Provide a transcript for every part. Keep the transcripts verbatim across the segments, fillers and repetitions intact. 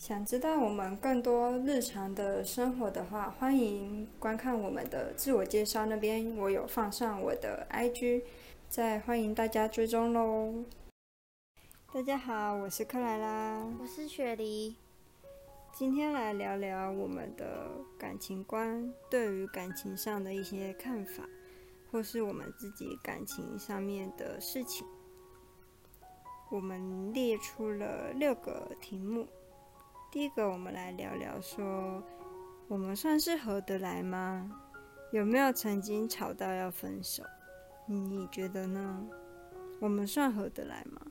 想知道我们更多日常的生活的话，欢迎观看我们的自我介绍那边，我有放上我的 I G， 再欢迎大家追踪咯。大家好，我是克莱拉， 我是雪梨。 今天来聊聊我们的感情观，对于感情上的一些看法，或是我们自己感情上面的事情。我们列出了六个题目。第一个，我们来聊聊说，我们算是合得来吗？有没有曾经吵到要分手？你觉得呢？我们算合得来吗？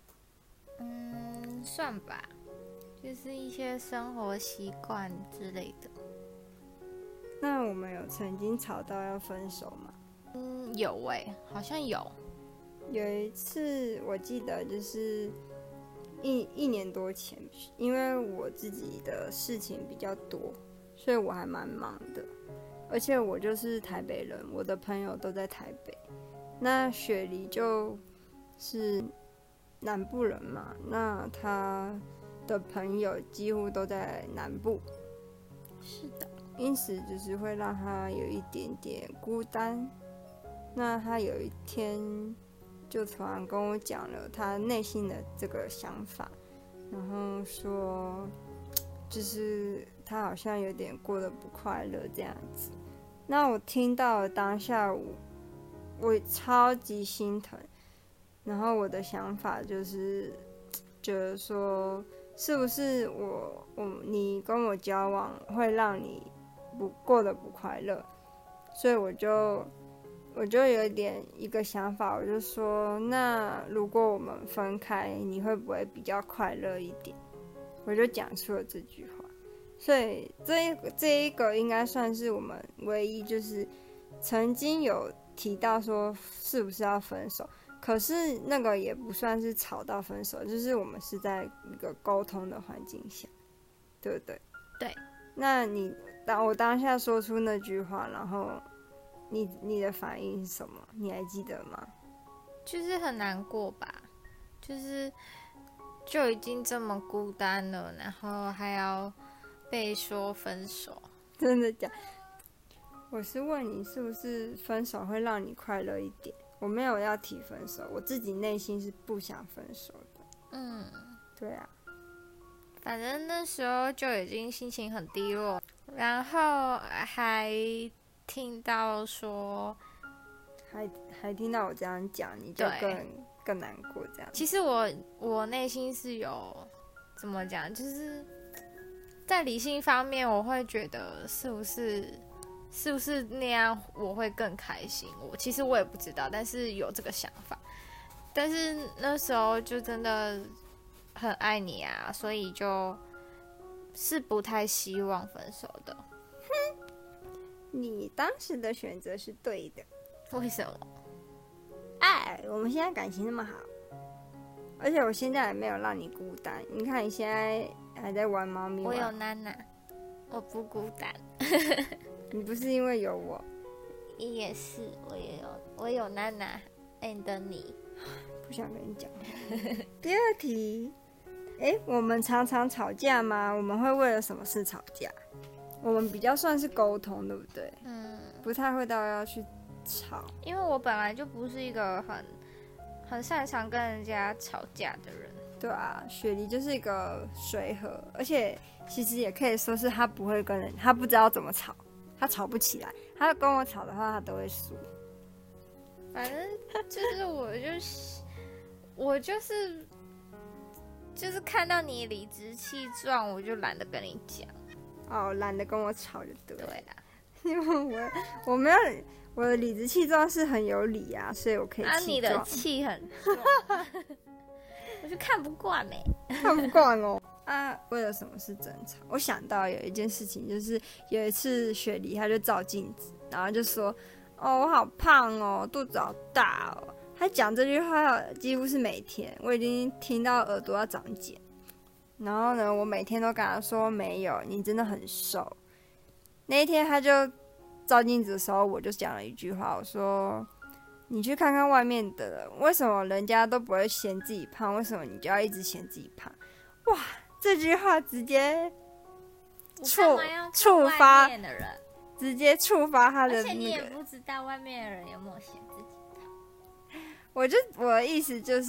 嗯，算吧，就是一些生活习惯之类的。 那我们有曾经吵到要分手吗？ 嗯，有诶、欸，好像有。 有一次我记得就是一一年多前，因为我自己的事情比较多，所以我还蛮忙的，而且我就是台北人，我的朋友都在台北。那雪梨就是南部人嘛，那他的朋友几乎都在南部， 是的， 因此就是会让他有一点点孤单。那他有一天就突然跟我讲了他内心的这个想法，然后说就是他好像有点过得不快乐这样子。那我听到了当下我，我超级心疼，然后我的想法就是觉得说，是不是我我你跟我交往会让你不过得不快乐，所以我就。我就有点一个想法，我就说，那如果我们分开，你会不会比较快乐一点？我就讲出了这句话，所以这一个这一个应该算是我们唯一就是曾经有提到说是不是要分手，可是那个也不算是吵到分手，就是我们是在一个沟通的环境下，对不对？ 对。 那你当我当下说出那句话，然后。你你的反应是什么？你还记得吗？ 就是很难过吧，就是就已经这么孤单了，然后还要被说分手。 真的假的？我是问你，是不是分手会让你快乐一点？我没有要提分手，我自己内心是不想分手的。 嗯， 对啊。 反正那时候就已经心情很低落，然后还。听到说， 还还听到我这样讲，你就更更难过这样。 其实我我内心是有怎么讲，就是在理性方面，我会觉得是不是是不是那样我会更开心。我其实我也不知道，但是有这个想法。但是那时候就真的很爱你啊，所以就是不太希望分手的。 你当时的选择是对的。 为什么？ 哎，我们现在感情那么好，而且我现在也没有让你孤单。你看你现在还在玩猫咪。 我有娜娜，我不孤单。 你不是因为有我？ 也是，我也有，我有娜娜 and 你。 不想跟你讲。第二题，哎，我们常常吵架吗？我们会为了什么事吵架？我们比较算是沟通，对不对？ 嗯， 不太会到要去吵。 因为我本来就不是一个很很擅长跟人家吵架的人。 对啊，雪梨就是一个随和，而且其实也可以说是他不会跟人，他不知道怎么吵，他吵不起来。他跟我吵的话，他都会输。 反正就是我就是我就是就是看到你理直气壮，我就懒得跟你讲。 哦，懒得跟我吵就对了。 对啊， 因为我我没有我的理直气壮是很有理啊，所以我可以气壮。 啊，你的气很重，我就看不惯没、 欸，看不惯哦。啊，为了什么是争吵？我想到有一件事情，就是有一次雪梨她就照镜子，然后就说：“哦，我好胖哦，肚子好大哦。”她讲这句话几乎是每天，我已经听到耳朵要长茧。然后呢，我每天都跟他说没有，你真的很瘦。那一天他就照镜子的时候，我就讲了一句话，我说：“你去看看外面的人，为什么人家都不会嫌自己胖，为什么你就要一直嫌自己胖？”哇， 这句话直接触我干嘛要触看发外面的人， 直接触发他的而且你那个。 也不知道外面的人有没有嫌自己。 我就我的意思就是，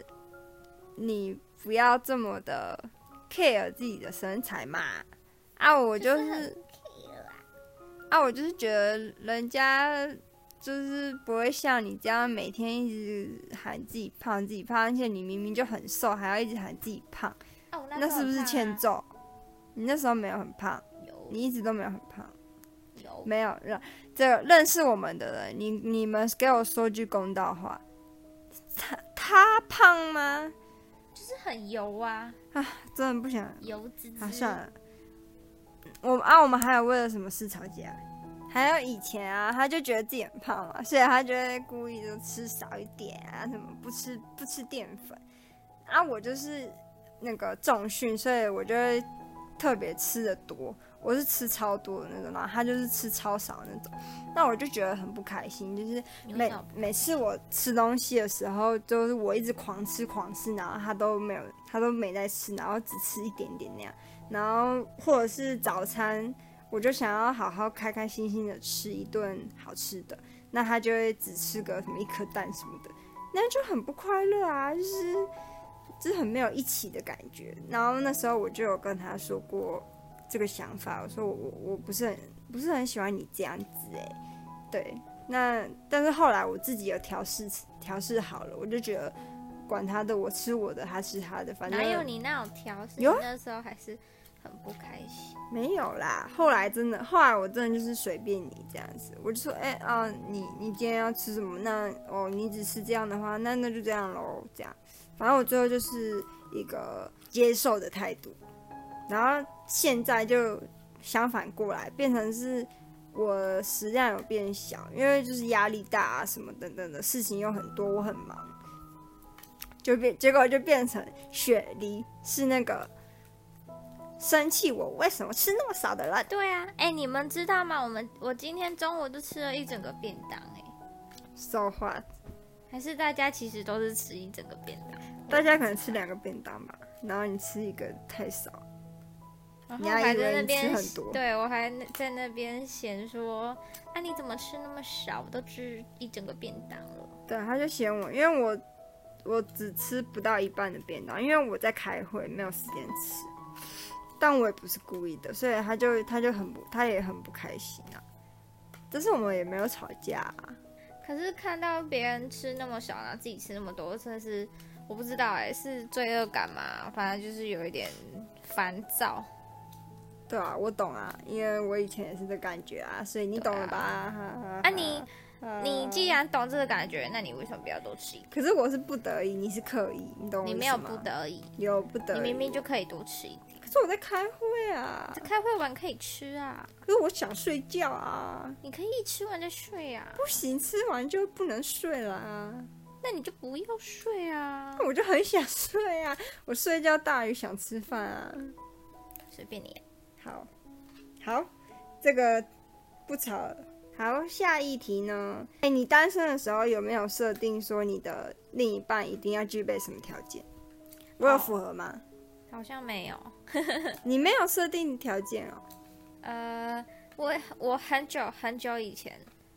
你不要这么的 care 自己的身材嘛。啊，我就是啊，我就是觉得人家就是不会像你这样每天一直喊自己胖自己胖，而且你明明就很瘦，还要一直喊自己胖， 啊、我那那是不是时候很胖啊欠揍？你那时候没有很胖， 有你一直都没有很胖。 有没有让这个认识我们的人，你你们给我说句公道话，他他胖吗？ 就是很油啊， 真的不想。 油滋滋。 啊，算了，我们啊，我们还有为了什么事吵架？还有以前啊，他就觉得自己很胖嘛，所以他就会故意就吃少一点啊，什么不吃不吃淀粉。啊，我就是那个重训，所以我就会特别吃的多。我是吃超多的那种，然后他就是吃超少的那种，那我就觉得很不开心。就是每每次我吃东西的时候，就是我一直狂吃狂吃，然后他都没有，他都没在吃，然后只吃一点点那样。然后或者是早餐，我就想要好好开开心心的吃一顿好吃的，那他就会只吃个什么一颗蛋什么的，那就很不快乐啊，就是就是很没有一起的感觉。然后那时候我就有跟他说过这个想法，我说我我我不是很不是很喜欢你这样子哎、欸，对，那但是后来我自己有调试调试好了，我就觉得管他的，我吃我的，他吃他的，反正哪有你那种调试？ 有那时候还是很不开心。 没有啦，后来真的，后来我真的就是随便你这样子，我就说，哎、欸、啊，你你今天要吃什么？那哦，你只吃这样的话，那那就这样咯，这样，反正我最后就是一个接受的态度。然后现在就相反过来，变成是我食量有变小，因为就是压力大啊，什么等等的事情又很多，我很忙，就变结果就变成雪梨是那个生气我为什么吃那么少的人。 对啊，哎、欸，你们知道吗？我们我今天中午就吃了一整个便当、欸，哎 ，so what？ 还是大家其实都是吃一整个便当？ 大家可能吃两个便当吧，然后你吃一个太少。 然后我还在那边， 你还以为你吃很多， 对我还在那边嫌说，啊你怎么吃那么少？我都吃一整个便当了。 对，他就嫌我，因为我我只吃不到一半的便当，因为我在开会，没有时间吃。但我也不是故意的，所以他就他就很不，他也很不开心啊。但是我们也没有吵架啊。 可是看到别人吃那么少，然后自己吃那么多，真的是我不知道哎、欸，是罪恶感嘛？反正就是有一点烦躁。 对啊，我懂啊，因为我以前也是这感觉啊，所以你懂了吧？啊， 啊你你既然懂这个感觉，那你为什么不要多吃一点？ 可是我是不得已，你是刻意，你懂我意思吗？ 你没有不得已， 有不得已， 你明明就可以多吃一点。 可是我在开会啊， 在开会完可以吃啊。 可是我想睡觉啊。 你可以一吃完再睡啊。 不行，吃完就不能睡了啊。 那你就不要睡啊。 我就很想睡啊，我睡觉大于想吃饭啊。 随便你。 好，好，这个不吵了。好，下一题呢？哎，你单身的时候有没有设定说你的另一半一定要具备什么条件？我有符合吗？ 好像没有。 你没有设定条件哦。 呃，我我很久很久以前，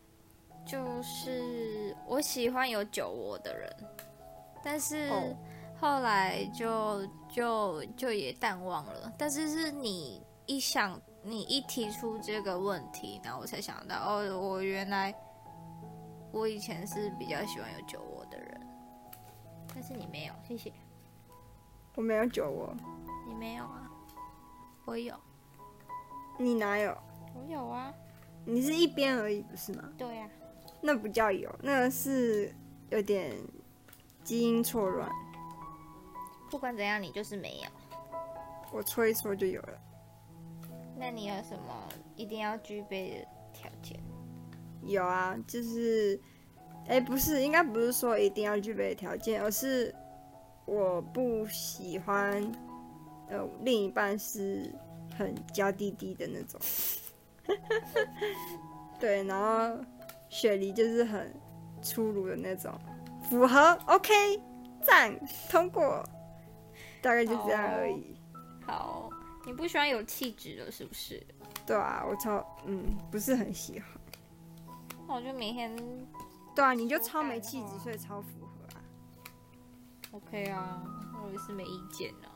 就是我喜欢有酒窝的人，但是后来就就就也淡忘了。但是是你一想，你一提出这个问题，然后我才想到，哦，我原来我以前是比较喜欢有酒窝的人，但是你没有，谢谢。 我没有酒窝。 你没有啊？我有。 你哪有？ 我有啊。 你是一边而已，不是吗？ 对呀、啊。 那不叫有，那个是有点基因错乱。 不管怎样，你就是没有。 我搓一搓就有了。 那你有什么一定要具备的条件？ 有啊，就是，哎，不是，应该不是说一定要具备的条件，而是我不喜欢，呃，另一半是很娇滴滴的那种。对，然后雪梨就是很粗鲁的那种，符合 OK 赞通过，大概就这样而已。 哦、 好，你不喜欢有气质的，是不是？ 对啊，我超嗯不是很喜欢。 那我就每天对啊，你就超没气质，所以超符合啊。 OK 啊，我也是没意见啊。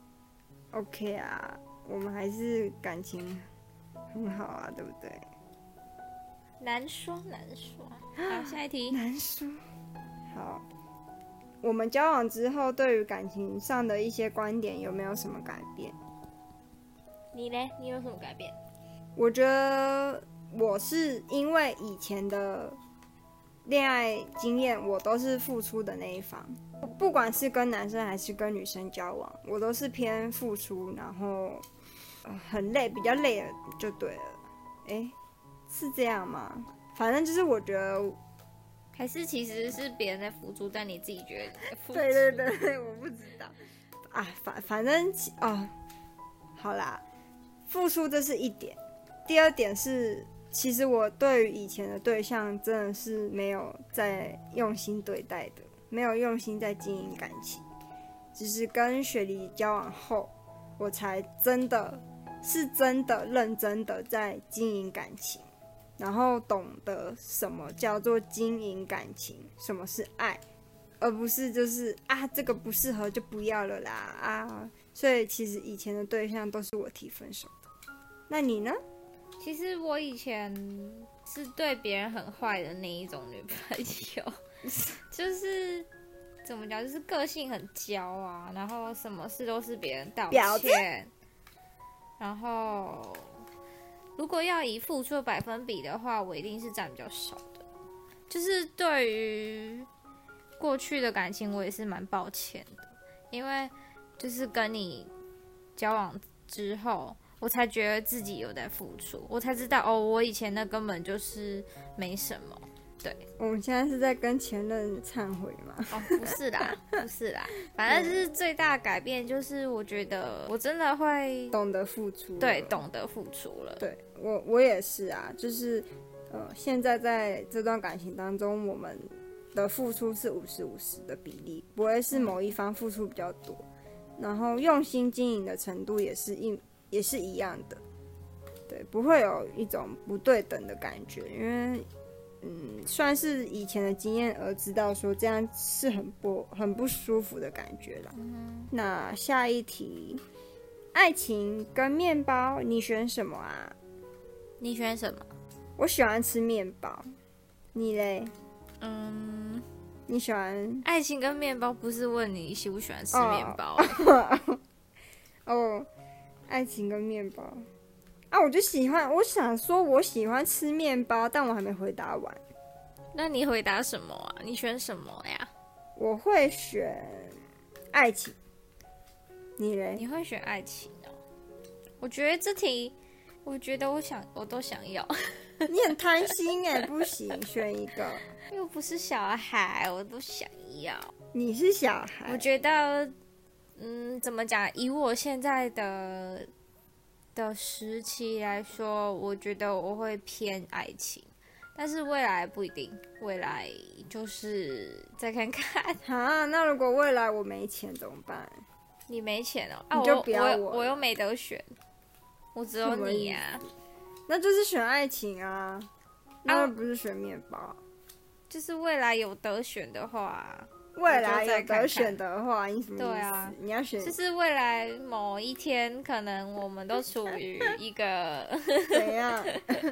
OK 啊，我们还是感情很好啊，对不对？ 难说难说。好，下一题。 难说。好，我们交往之后，对于感情上的一些观点有没有什么改变？ 你呢？你有什么改变？ 我觉得我是因为以前的恋爱经验，我都是付出的那一方，不管是跟男生还是跟女生交往，我都是偏付出，然后、呃、很累，比较累了就对了。哎，是这样吗？反正就是我觉得， 还是其实是别人在付出，但你自己觉得你在付出。 对对对，我不知道啊，反反正哦，好啦，付出这是一点，第二点是。其实我对于以前的对象真的是没有在用心对待的，没有用心在经营感情，只是跟雪梨交往后，我才真的是真的认真的在经营感情，然后懂得什么叫做经营感情，什么是爱，而不是就是啊这个不适合就不要了啦啊，所以其实以前的对象都是我提分手的，那你呢？ 其实我以前是对别人很坏的那一种女朋友，就是怎么讲，就是个性很娇啊，然后什么事都是别人道歉，然后如果要以付出的百分比的话，我一定是占比较少的。就是对于过去的感情，我也是蛮抱歉的，因为就是跟你交往之后。我才觉得自己有在付出，我才知道哦，我以前那根本就是没什么。对， 我们现在是在跟前任忏悔吗？ 哦，不是啦，不是啦，反正就是最大的改变就是我觉得我真的会懂得付出， 对，懂得付出了。 对我，我也是啊，就是呃，现在在这段感情当中，我们的付出是五十五十的比例，不会是某一方付出比较多，然后用心经营的程度也是一。也是一样的，对，不会有一种不对等的感觉，因为，嗯，算是以前的经验而知道说这样是很不很不舒服的感觉啦。嗯、那下一题，爱情跟面包，你选什么啊？ 你选什么？ 我喜欢吃面包，你嘞？ 嗯， 你喜欢爱情跟面包？不是问你喜不喜欢吃面包？ 哦。哦爱情跟面包啊，我就喜欢。我想说，我喜欢吃面包，但我还没回答完。 那你回答什么啊？你选什么呀？ 我会选爱情。你嘞？ 你会选爱情哦？我觉得这题，我觉得我想，我都想要。 你很贪心哎，不行，选一个。 又不是小孩，我都想要。 你是小孩， 我觉得。嗯，怎么讲？以我现在的的时期来说，我觉得我会偏爱情，但是未来不一定，未来就是再看看。 啊，那如果未来我没钱怎么办？ 你没钱哦，啊， 你就不要我， 我, 我又没得选，我只有你啊。 那就是选爱情啊，那不是选面包。啊、 就是未来有得选的话。 未来有得选的话，你什么意思？ 对啊， 你要选， 就是未来某一天，可能我们都处于一个怎样？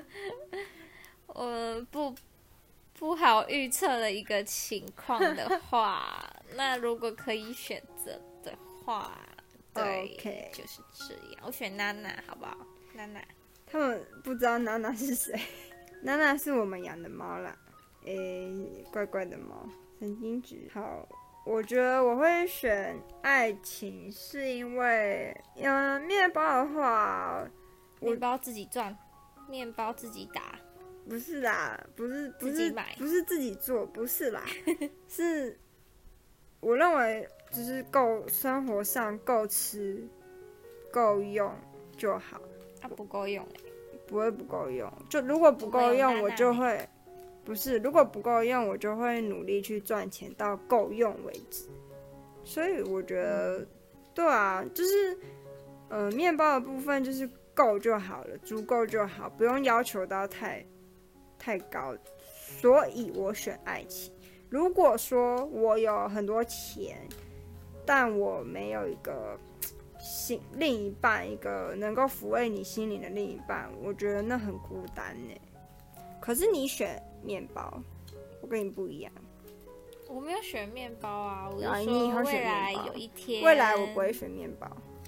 呃，不不好预测的一个情况的话，那如果可以选择的话，对， okay. 就是这样。我选娜娜，好不好？娜娜， 他们不知道娜娜是谁，娜娜是我们养的猫啦，诶、欸，怪怪的猫。神经质。好，我觉得我会选爱情，是因为，嗯，面包的话， 面包自己赚，面包自己打， 不是啦，不是，不是， 自己买， 不是自己做，不是啦，是，我认为就是够生活上够吃，够用就好。 啊，不够用欸， 不会不够用，就如果不够用，我就会。不是，如果不够用，我就会努力去赚钱到够用为止。所以我觉得，对啊，就是， 呃，面包的部分就是够就好了，足够就好，不用要求到太太高。所以我选爱情。如果说我有很多钱，但我没有一个心另一半，一个能够抚慰你心灵的另一半，我觉得那很孤单呢。可是你选面包，我跟你不一样。 我没有选面包啊，我就啊你以后说未选面包来有一天， 未来我不会选面包。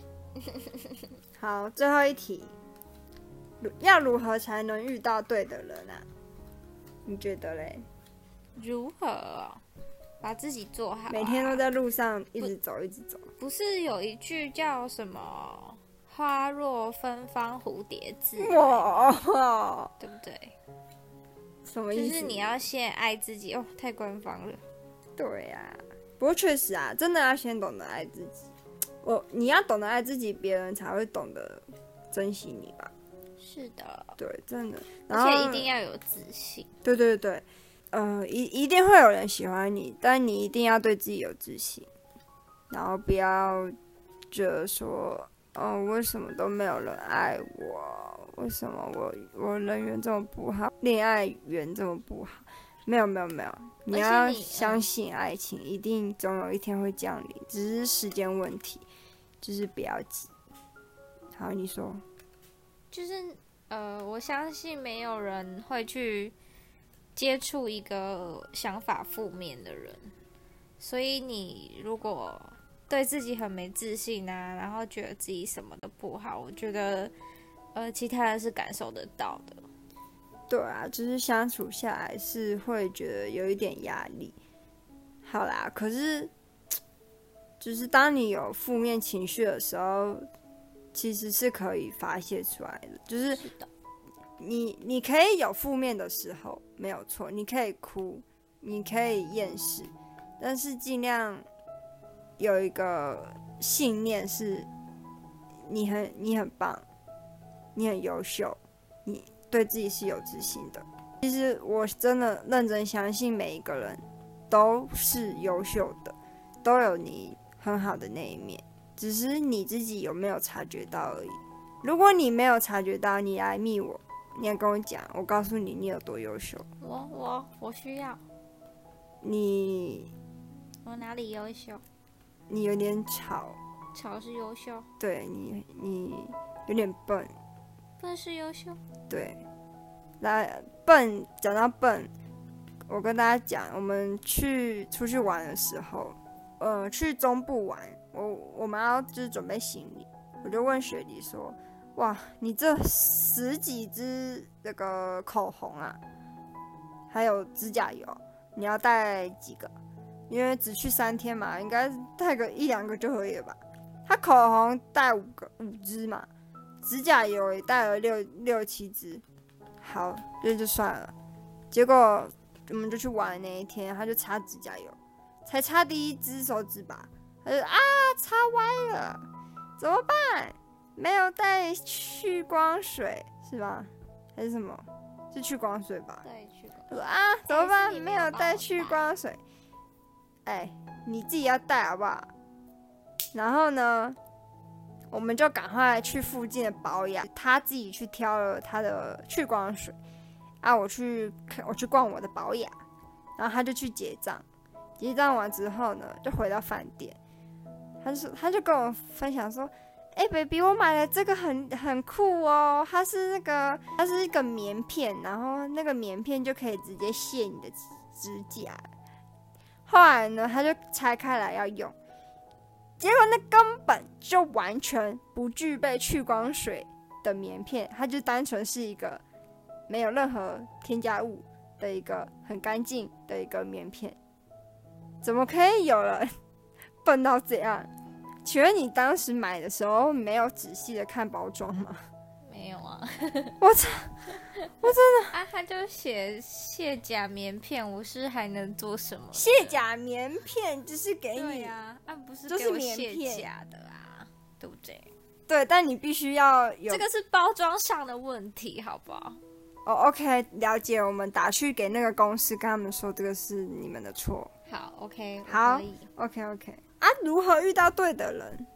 好，最后一题，要如何才能遇到对的人啊？你觉得嘞？ 如何、哦、把自己做好、啊？ 每天都在路上一直走，一直走。 不是有一句叫什么“花若芬芳蝴蝶自来”， 哇， 对不对？ 什么意思？ 就是你要先爱自己哦，太官方了。 对呀、啊，不过确实啊，真的要先懂得爱自己。我你要懂得爱自己，别人才会懂得珍惜你吧。 是的， 对，真的。然后而且一定要有自信。 对对对，呃，一一定会有人喜欢你，但你一定要对自己有自信，然后不要觉得说，哦，为什么都没有人爱我？为什么我我人缘这么不好，恋爱缘这么不好？没有没有没有，你要相信爱情，一定总有一天会降临，只是时间问题，就是不要急。好，你说。 就是呃，我相信没有人会去接触一个想法负面的人，所以你如果对自己很没自信啊，然后觉得自己什么都不好，我觉得呃，其他人是感受得到的。 对啊，就是相处下来是会觉得有一点压力。好啦，可是就是当你有负面情绪的时候，其实是可以发泄出来的。就是你你可以有负面的时候，没有错，你可以哭，你可以厌世，但是尽量有一个信念是，你很你很棒，你很优秀，你对自己是有自信的。其实我真的认真相信每一个人都是优秀的，都有你很好的那一面，只是你自己有没有察觉到而已。如果你没有察觉到，你来密我，你要跟我讲，我告诉你你有多优秀。 我我我需要。 你我哪里优秀？ 你有点吵。 吵是优秀。 对你你有点笨。 笨是优秀。 对，来笨，讲到笨，我跟大家讲，我们去出去玩的时候，呃，去中部玩，我我们要就是准备行李，我就问雪梨说，哇，你这十几支那个口红啊，还有指甲油，你要带几个？因为只去三天嘛，应该带个一两个就可以了吧？他口红带五个五支嘛，指甲油也带了六六七支，好，这就算了。结果我们就去玩那一天，他就擦指甲油，才擦第一支手指吧，他就啊擦歪了，怎么办？没有带去光水是吧？还是什么？是去光水吧？ 对，去光。 他说啊怎么办？没有带去去光水，哎，你自己要带好不好？然后呢，我们就赶快去附近的保养，他自己去挑了他的去光水，啊，我去我去逛我的保养，然后他就去结账，结账完之后呢，就回到饭店，他就他就跟我分享说，哎、欸、，baby， 我买了这个很很酷哦，它是那个它是一个棉片，然后那个棉片就可以直接卸你的指甲。后来呢，他就拆开来要用。结果那根本就完全不具备去光水的棉片，它就单纯是一个没有任何添加物的一个很干净的一个棉片。怎么可以有人笨到这样？请问你当时买的时候没有仔细的看包装吗？ 没有啊。 我操！我真的啊，他就写卸甲棉片，我是还能做什么？ 卸甲棉片就是给你， 对啊，啊不是就是棉片卸甲的啊，对不对？ 对，但你必须要有， 这个是包装上的问题，好不好？ 哦 ，OK， 了解。我们打去给那个公司，跟他们说这个是你们的错。 好 ，OK， 好可以 ，OK，OK。啊，如何遇到对的人？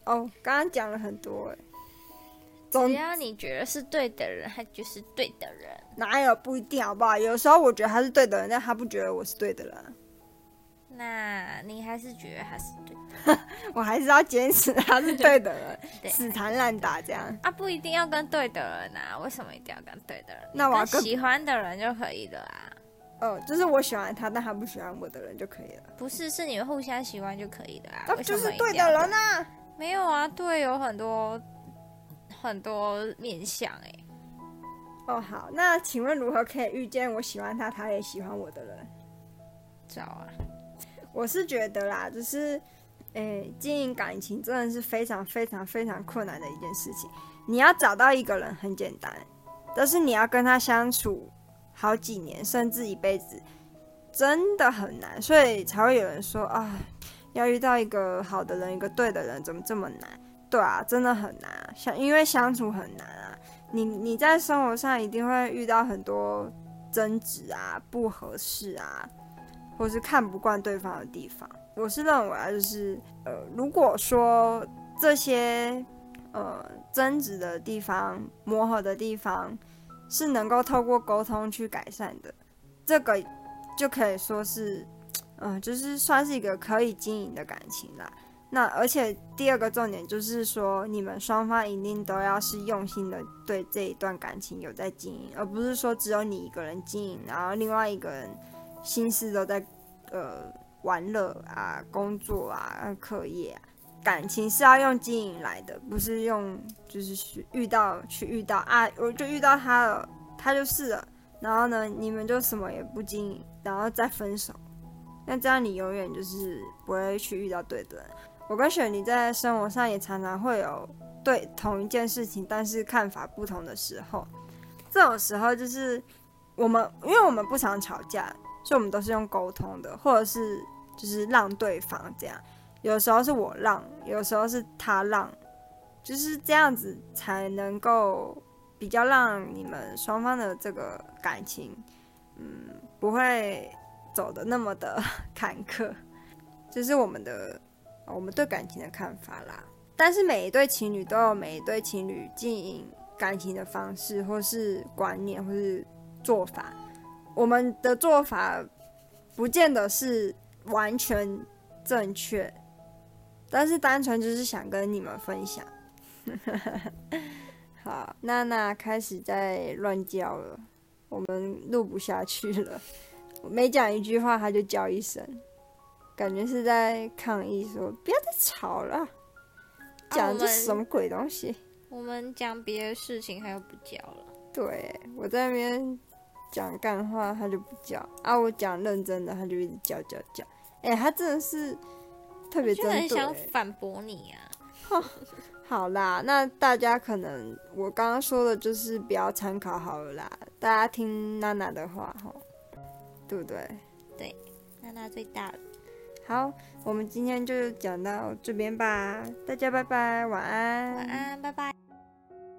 哦，刚刚讲了很多哎， 只要你觉得是对的人，他就是对的人。 哪有不一定好不好？有时候我觉得他是对的人，但他不觉得我是对的人。 那你还是觉得他是对的， 我还是要坚持他是对的人， 对死缠烂打这样啊，不一定要跟对的人啊，为什么一定要跟对的人？ 那我要跟跟喜欢的人就可以了啊。 哦，就是我喜欢他，但他不喜欢我的人就可以了。 不是，是你们互相喜欢就可以了啊。 那就是对的人啊。 没有啊，对，有很多很多面向哎、欸。 哦，好，那请问如何可以遇见我喜欢他，他也喜欢我的人？ 找啊。 我是觉得啦，就是，诶，经营感情真的是非常非常非常困难的一件事情。你要找到一个人很简单，但是你要跟他相处好几年，甚至一辈子，真的很难。所以才会有人说啊，要遇到一个好的人，一个对的人，怎么这么难？对啊，真的很难啊，相因为相处很难啊。你你在生活上一定会遇到很多争执啊、不合适啊。或是看不惯对方的地方，我是认为啊，就是呃，如果说这些呃争执的地方、磨合的地方是能够透过沟通去改善的，这个就可以说是，嗯、呃，就是算是一个可以经营的感情啦。那而且第二个重点就是说，你们双方一定都要是用心的对这一段感情有在经营，而不是说只有你一个人经营，然后另外一个人心思都在呃玩乐啊、工作啊、课业啊。感情是要用经营来的，不是用就是遇到去遇到啊，我就遇到他了，他就是了，然后呢，你们就什么也不经营，然后再分手。那这样你永远就是不会去遇到对的人。我跟雪妮在生活上也常常会有对同一件事情，但是看法不同的时候。这种时候就是我们，因为我们不常吵架，所以我们都是用沟通的，或者是就是让对方这样。有时候是我让，有时候是他让，就是这样子才能够比较让你们双方的这个感情，嗯，不会走得那么的坎坷。这是我们的我们对感情的看法啦。但是每一对情侣都有每一对情侣经营感情的方式，或是观念，或是做法。我们的做法不见得是完全正确，但是单纯就是想跟你们分享。好，娜娜开始在乱叫了，我们录不下去了。我每讲一句话，她就叫一声，感觉是在抗议说不要再吵了，讲这什么鬼东西。 我们讲别的事情，她又不叫了。 对，我在那边讲干话，她就不叫啊；我讲认真的，她就一直叫叫叫。哎、欸，她真的是特别针对、欸， 就很想反驳你啊。 好啦，那大家可能我刚刚说的就是不要参考好了啦，大家听娜娜的话齁，对不对？ 对，娜娜最大了。 好，我们今天就讲到这边吧，大家拜拜，晚安。 晚安，拜拜。